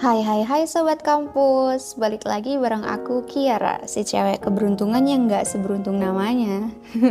Hai hai hai sobat kampus, balik lagi bareng aku Kiara, si cewek keberuntungan yang gak seberuntung namanya.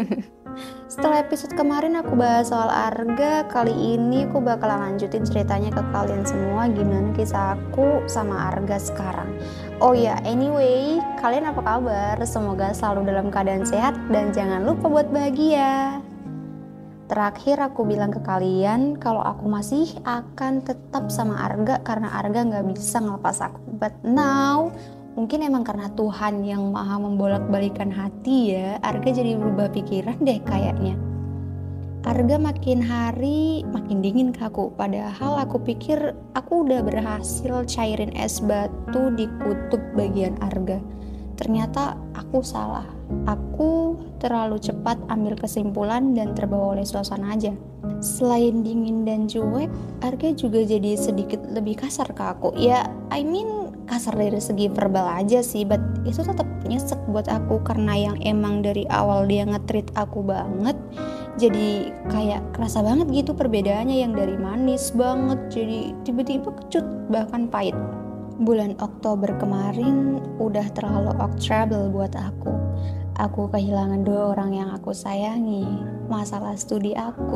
Setelah episode kemarin aku bahas soal Arga, kali ini aku bakalan lanjutin ceritanya ke kalian semua gimana kisah aku sama Arga sekarang. Oh ya, anyway, kalian apa kabar? Semoga selalu dalam keadaan sehat dan jangan lupa buat bahagia. Terakhir aku bilang ke kalian kalau aku masih akan tetap sama Arga karena Arga gak bisa ngelepas aku. But now, mungkin emang karena Tuhan yang maha membolak-balikan hati ya, Arga jadi berubah pikiran deh kayaknya. Arga makin hari makin dingin ke aku, padahal aku pikir aku udah berhasil cairin es batu di kutub bagian Arga. Ternyata aku salah. Aku terlalu cepat ambil kesimpulan dan terbawa oleh suasana aja. Selain dingin dan cuek, Arga juga jadi sedikit lebih kasar ke aku. Ya, kasar dari segi verbal aja sih, but itu tetap nyesek buat aku karena yang emang dari awal dia nge-treat aku banget. Jadi kayak kerasa banget gitu perbedaannya, yang dari manis banget jadi tiba-tiba kecut bahkan pahit. Bulan Oktober kemarin udah terlalu trouble buat aku. Aku kehilangan dua orang yang aku sayangi. Masalah studi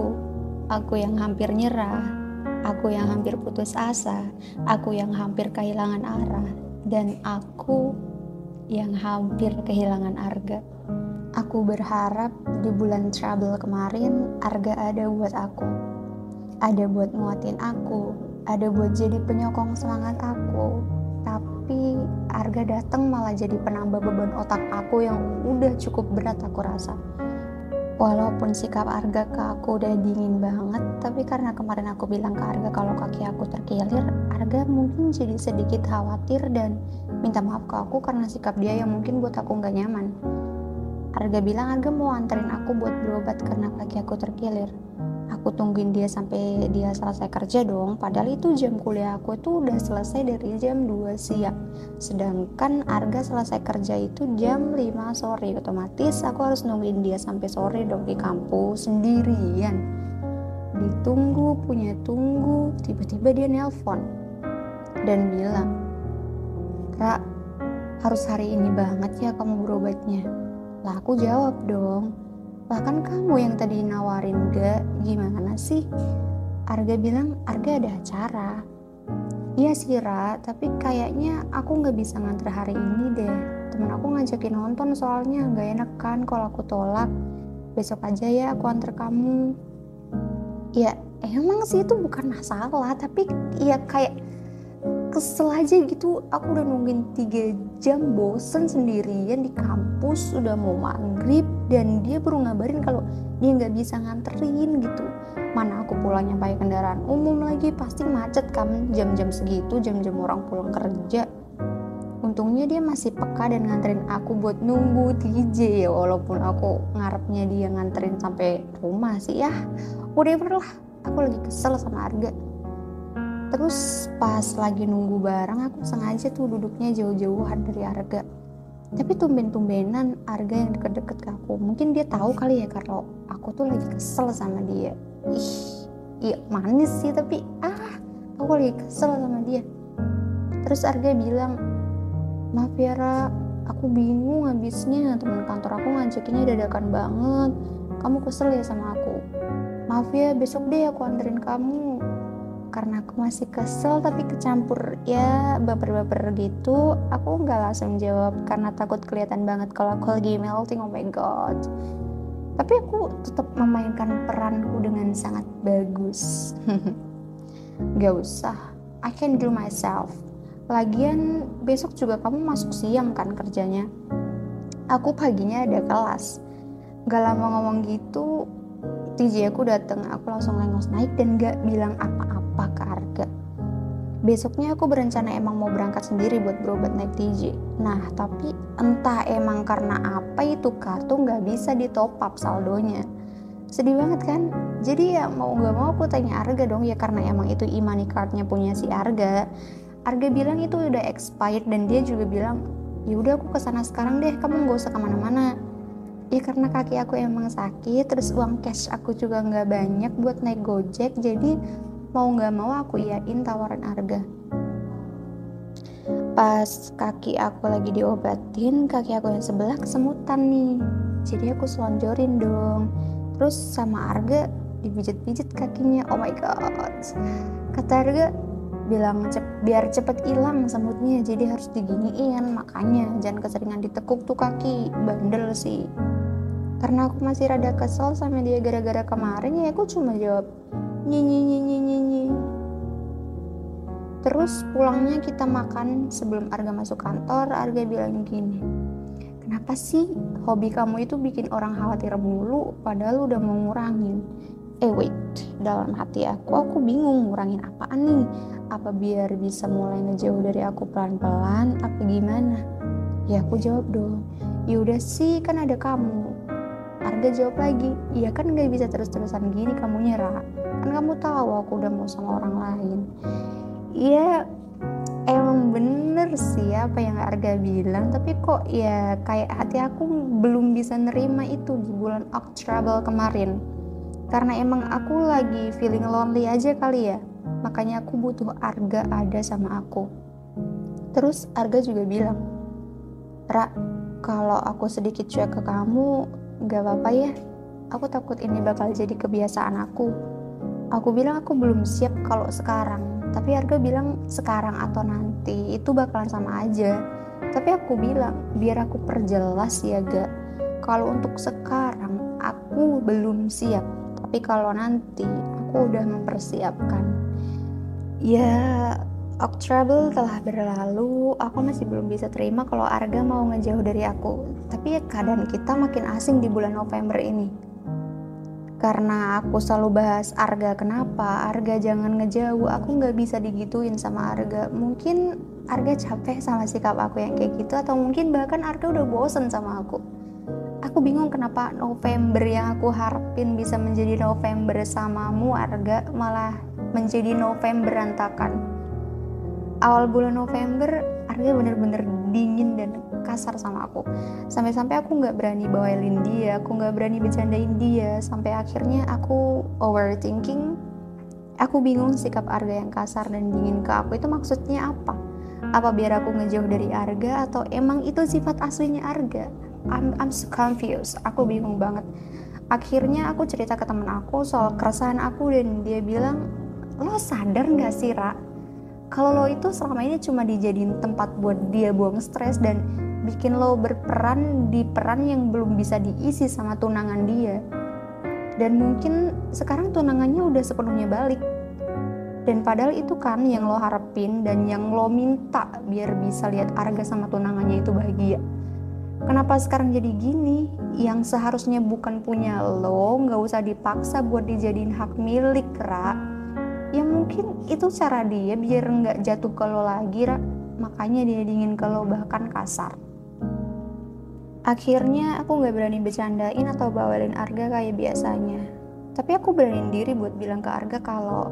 aku yang hampir nyerah, aku yang hampir putus asa, aku yang hampir kehilangan arah, dan aku yang hampir kehilangan Arga. Aku berharap di bulan trouble kemarin Arga ada buat aku. Ada buat nguatin aku, ada buat jadi penyokong semangat aku. Tapi Arga datang malah jadi penambah beban otak aku yang udah cukup berat aku rasa. Walaupun sikap Arga ke aku udah dingin banget, tapi karena kemarin aku bilang ke Arga kalau kaki aku terkilir, Arga mungkin jadi sedikit khawatir dan minta maaf ke aku karena sikap dia yang mungkin buat aku gak nyaman. Arga bilang Arga mau anterin aku buat berobat karena kaki aku terkilir. Aku tungguin dia sampai dia selesai kerja dong, padahal itu jam kuliah aku tuh udah selesai dari jam 2 siang. Sedangkan Arga selesai kerja itu jam 5 sore, otomatis aku harus nungguin dia sampai sore dong di kampus sendirian. Ditunggu, punya tunggu, tiba-tiba dia nelpon dan bilang, "Ra, harus hari ini banget ya kamu berobatnya." Lah aku jawab dong, "Bahkan kamu yang tadi nawarin gak, gimana sih?" Arga bilang, "Arga ada acara." "Iya sih Ra, tapi kayaknya aku gak bisa nganter hari ini deh. Temen aku ngajakin nonton soalnya gak enak kan kalau aku tolak. Besok aja ya aku anter kamu." Ya emang sih itu bukan masalah, tapi ya kayak kesel aja gitu. Aku udah nungguin 3 jam bosen sendirian di kampus, udah mau maghrib, dan dia baru ngabarin kalau dia gak bisa nganterin gitu. Mana aku pulangnya pakai kendaraan umum lagi, pasti macet kan jam-jam segitu, jam-jam orang pulang kerja. Untungnya dia masih peka dan nganterin aku buat nunggu TJ ya, walaupun aku ngarepnya dia nganterin sampai rumah sih ya. Whatever lah, aku lagi kesel sama Arga. Terus pas lagi nunggu bareng, aku sengaja tuh duduknya jauh-jauhan dari Arga. Tapi tumben-tumbenan Arga yang deket-deket ke aku. Mungkin dia tahu kali ya kalau aku tuh lagi kesel sama dia. Iya manis sih, tapi aku lagi kesel sama dia. Terus Arga bilang, "Maaf ya Ra, aku bingung habisnya, teman kantor aku ngajakinnya dadakan banget. Kamu kesel ya sama aku? Maaf ya, besok deh aku anterin kamu." Karena aku masih kesel tapi kecampur ya baper-baper gitu, aku gak langsung jawab karena takut kelihatan banget kalau aku lagi melting. Oh my god. Tapi aku tetap memainkan peranku dengan sangat bagus. Gak usah, I can do myself. Lagian besok juga kamu masuk siang kan kerjanya. Aku paginya ada kelas. Gak lama ngomong gitu, TJ aku dateng, aku langsung lengos naik dan gak bilang apa-apa ke Arga. Besoknya aku berencana emang mau berangkat sendiri buat berobat naik TJ. Nah tapi entah emang karena apa itu kartu gak bisa di top up saldonya. Sedih banget kan? Jadi ya mau gak mau aku tanya Arga dong, ya karena emang itu e-money cardnya punya si Arga. Arga bilang itu udah expired dan dia juga bilang, "Ya udah aku kesana sekarang deh, kamu gak usah kemana-mana." Ya karena kaki aku emang sakit, terus uang cash aku juga gak banyak buat naik Gojek, jadi mau gak mau aku iyain tawaran Arga. Pas kaki aku lagi diobatin, kaki aku yang sebelah kesemutan nih. Jadi aku selonjorin dong. Terus sama Arga dipijet-pijet kakinya. Oh my god. Kata Arga bilang biar cepet hilang semutnya, jadi harus diginiin. Makanya jangan keseringan ditekuk tuh kaki. Bandel sih. Karena aku masih rada kesel sama dia gara-gara kemarin, ya aku cuma jawab nyi. Terus pulangnya kita makan. Sebelum Arga masuk kantor, Arga bilang gini, kenapa sih hobi kamu itu bikin orang khawatir mulu, padahal udah mau ngurangin. Wait, dalam hati aku bingung ngurangin apaan nih. Apa biar bisa mulai ngejauh dari aku pelan-pelan, apa gimana? Ya aku jawab dong, yaudah sih kan ada kamu. Arga jawab lagi, iya kan gak bisa terus-terusan gini kamunya, Ra. Kan kamu tahu aku udah mau sama orang lain. Iya, emang bener sih apa yang Arga bilang, tapi kok ya kayak hati aku belum bisa nerima itu di bulan Oktober kemarin. Karena emang aku lagi feeling lonely aja kali ya, makanya aku butuh Arga ada sama aku. Terus Arga juga bilang, Ra, kalau aku sedikit cuek ke kamu, gak apa-apa ya, aku takut ini bakal jadi kebiasaan aku. Aku bilang aku belum siap kalau sekarang, tapi Arga bilang sekarang atau nanti itu bakalan sama aja. Tapi aku bilang biar aku perjelas ya Ga, kalau untuk sekarang aku belum siap, tapi kalau nanti aku udah mempersiapkan. Ya Oktober telah berlalu, aku masih belum bisa terima kalau Arga mau ngejauh dari aku. Tapi ya keadaan kita makin asing di bulan November ini. Karena aku selalu bahas Arga, kenapa Arga jangan ngejauh, aku gak bisa digituin sama Arga. Mungkin Arga capek sama sikap aku yang kayak gitu, atau mungkin bahkan Arga udah bosen sama aku. Aku bingung kenapa November yang aku harapin bisa menjadi November samamu Arga malah menjadi November berantakan. Awal bulan November Arga bener-bener dingin dan kasar sama aku, sampai-sampai aku nggak berani bawain dia, aku nggak berani bercandain dia, sampai akhirnya aku overthinking. Aku bingung sikap Arga yang kasar dan dingin ke aku itu maksudnya apa biar aku ngejauh dari Arga, atau emang itu sifat aslinya Arga? I'm so confused, aku bingung banget. Akhirnya aku cerita ke teman aku soal keresahan aku, dan dia bilang, lo sadar nggak sih Ra, kalau lo itu selama ini cuma dijadiin tempat buat dia buang stres dan bikin lo berperan di peran yang belum bisa diisi sama tunangan dia. Dan mungkin sekarang tunangannya udah sepenuhnya balik. Dan padahal itu kan yang lo harapin dan yang lo minta biar bisa lihat Arga sama tunangannya itu bahagia. Kenapa sekarang jadi gini? Yang seharusnya bukan punya lo, gak usah dipaksa buat dijadiin hak milik, Ra. Ya mungkin itu cara dia biar gak jatuh ke lo lagi, Ra. Makanya dia dingin ke lo, bahkan kasar. Akhirnya aku gak berani bercandain atau bawelin Arga kayak biasanya. Tapi aku beraniin diri buat bilang ke Arga kalau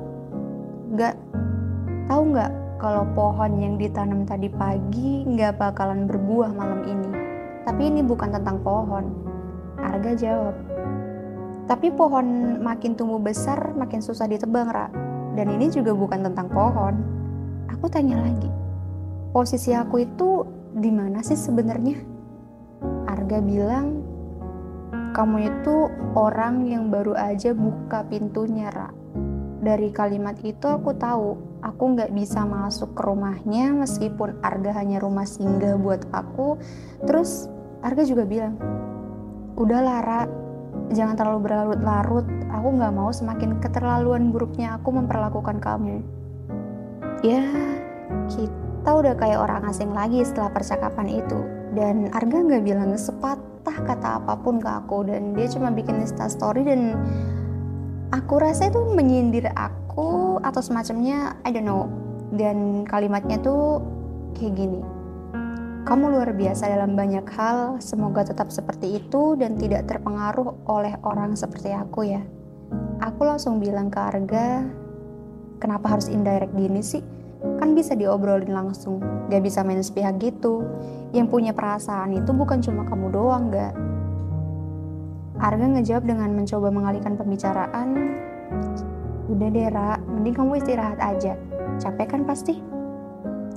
tahu gak kalau pohon yang ditanam tadi pagi gak bakalan berbuah malam ini. Tapi ini bukan tentang pohon. Arga jawab, tapi pohon makin tumbuh besar makin susah ditebang, Ra. Dan ini juga bukan tentang pohon. Aku tanya lagi, posisi aku itu di mana sih sebenarnya? Arga bilang, kamu itu orang yang baru aja buka pintunya, Ra. Dari kalimat itu aku tahu aku gak bisa masuk ke rumahnya meskipun Arga hanya rumah singgah buat aku. Terus Arga juga bilang, udahlah Ra, jangan terlalu berlarut-larut. Aku gak mau semakin keterlaluan buruknya aku memperlakukan kamu. Ya, kita udah kayak orang asing lagi setelah percakapan itu. Dan Arga gak bilang sepatah kata apapun ke aku. Dan dia cuma bikin Instastory dan aku rasa itu menyindir aku atau semacamnya, I don't know. Dan kalimatnya tuh kayak gini, kamu luar biasa dalam banyak hal, semoga tetap seperti itu dan tidak terpengaruh oleh orang seperti aku ya. Aku langsung bilang ke Arga, kenapa harus indirect gini sih? Kan bisa diobrolin langsung, gak bisa main sepihak gitu. Yang punya perasaan itu bukan cuma kamu doang, gak? Arga ngejawab dengan mencoba mengalihkan pembicaraan, udah deh Ra, mending kamu istirahat aja, capek kan pasti?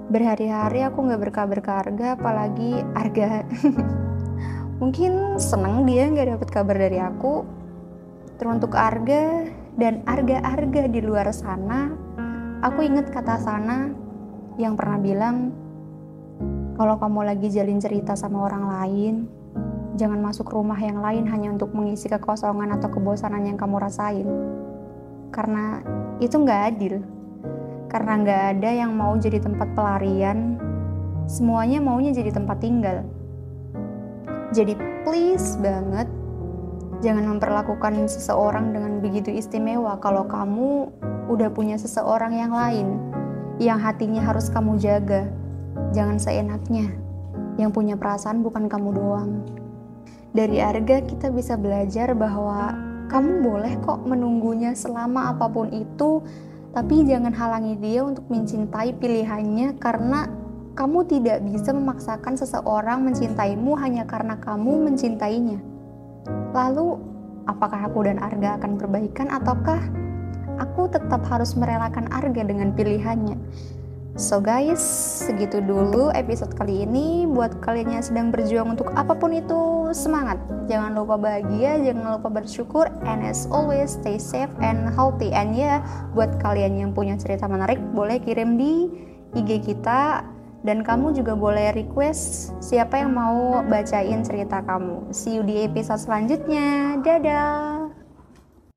Berhari-hari aku gak berkabar ke Arga, apalagi Arga. Mungkin seneng dia gak dapet kabar dari aku. Teruntuk Arga dan Arga-Arga di luar sana, aku inget kata Sana yang pernah bilang, kalau kamu lagi jalin cerita sama orang lain, jangan masuk rumah yang lain hanya untuk mengisi kekosongan atau kebosanan yang kamu rasain. Karena itu gak adil. Karena gak ada yang mau jadi tempat pelarian, semuanya maunya jadi tempat tinggal. Jadi please banget, jangan memperlakukan seseorang dengan begitu istimewa kalau kamu udah punya seseorang yang lain, yang hatinya harus kamu jaga. Jangan seenaknya, yang punya perasaan bukan kamu doang. Dari Arga kita bisa belajar bahwa kamu boleh kok menunggunya selama apapun itu, tapi jangan halangi dia untuk mencintai pilihannya, karena kamu tidak bisa memaksakan seseorang mencintaimu hanya karena kamu mencintainya. Lalu, apakah aku dan Arga akan berbaikan ataukah aku tetap harus merelakan Arga dengan pilihannya? So guys, segitu dulu episode kali ini. Buat kalian yang sedang berjuang untuk apapun itu, semangat. Jangan lupa bahagia, jangan lupa bersyukur, and as always stay safe and healthy. And ya, buat kalian yang punya cerita menarik, boleh kirim di IG kita. Dan kamu juga boleh request siapa yang mau bacain cerita kamu. See you di episode selanjutnya. Dadah!